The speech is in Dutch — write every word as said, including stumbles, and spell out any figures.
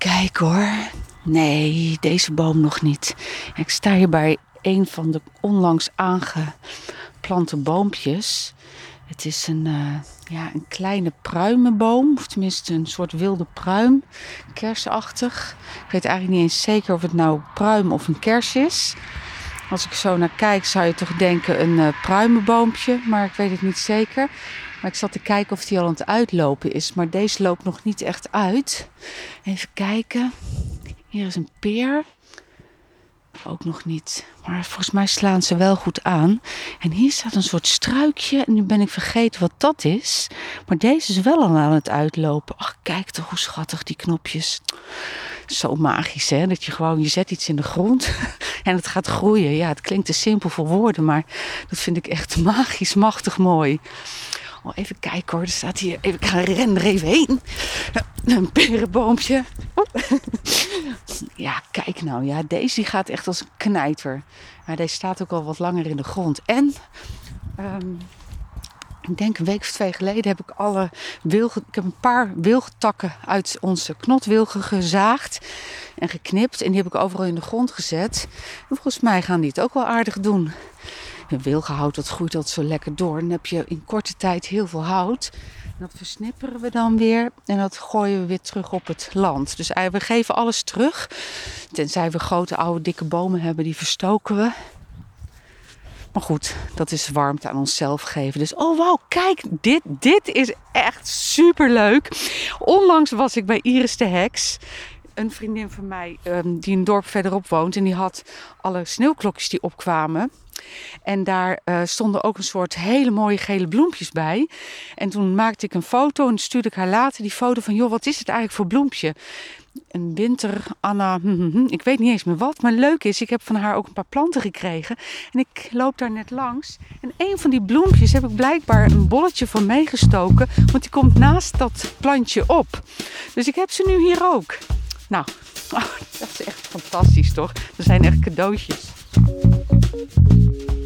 kijken hoor. Nee, deze boom nog niet. Ik sta hier bij een van de onlangs aangeplante boompjes. Het is een, uh, ja, een kleine pruimenboom. Of tenminste een soort wilde pruim. Kersachtig. Ik weet eigenlijk niet eens zeker of het nou pruim of een kers is. Als ik zo naar kijk zou je toch denken een uh, pruimenboompje. Maar ik weet het niet zeker. Maar ik zat te kijken of die al aan het uitlopen is. Maar deze loopt nog niet echt uit. Even kijken. Hier is een peer. Ook nog niet. Maar volgens mij slaan ze wel goed aan. En hier staat een soort struikje. En nu ben ik vergeten wat dat is. Maar deze is wel al aan het uitlopen. Ach, kijk toch hoe schattig die knopjes. Zo magisch hè. Dat je gewoon, je zet iets in de grond. En het gaat groeien. Ja, het klinkt te simpel voor woorden. Maar dat vind ik echt magisch, machtig mooi. Oh, even kijken hoor, er staat hier, even, ik ga rennen er even heen. Een perenboompje. Ja, kijk nou, ja, deze die gaat echt als een knijter. Maar deze staat ook al wat langer in de grond. En, um, ik denk een week of twee geleden heb ik alle wilgen, ik heb een paar wilgentakken uit onze knotwilgen gezaagd en geknipt. En die heb ik overal in de grond gezet. En volgens mij gaan die het ook wel aardig doen. Een wilgenhout, dat groeit altijd zo lekker door. Dan heb je in korte tijd heel veel hout. En dat versnipperen we dan weer. En dat gooien we weer terug op het land. Dus we geven alles terug. Tenzij we grote, oude, dikke bomen hebben, die verstoken we. Maar goed, dat is warmte aan onszelf geven. Dus oh wauw, kijk, dit, dit is echt superleuk. Onlangs was ik bij Iris de Heks. Een vriendin van mij um, die een dorp verderop woont. En die had alle sneeuwklokjes die opkwamen. En daar uh, stonden ook een soort hele mooie gele bloempjes bij. En toen maakte ik een foto en stuurde ik haar later die foto van... joh, wat is het eigenlijk voor bloempje? Een winter, Anna, hm, hm, hm, ik weet niet eens meer wat. Maar leuk is, ik heb van haar ook een paar planten gekregen. En ik loop daar net langs. En een van die bloempjes heb ik blijkbaar een bolletje van meegestoken. Want die komt naast dat plantje op. Dus ik heb ze nu hier ook. Nou, oh, dat is echt fantastisch toch? Dat zijn echt cadeautjes.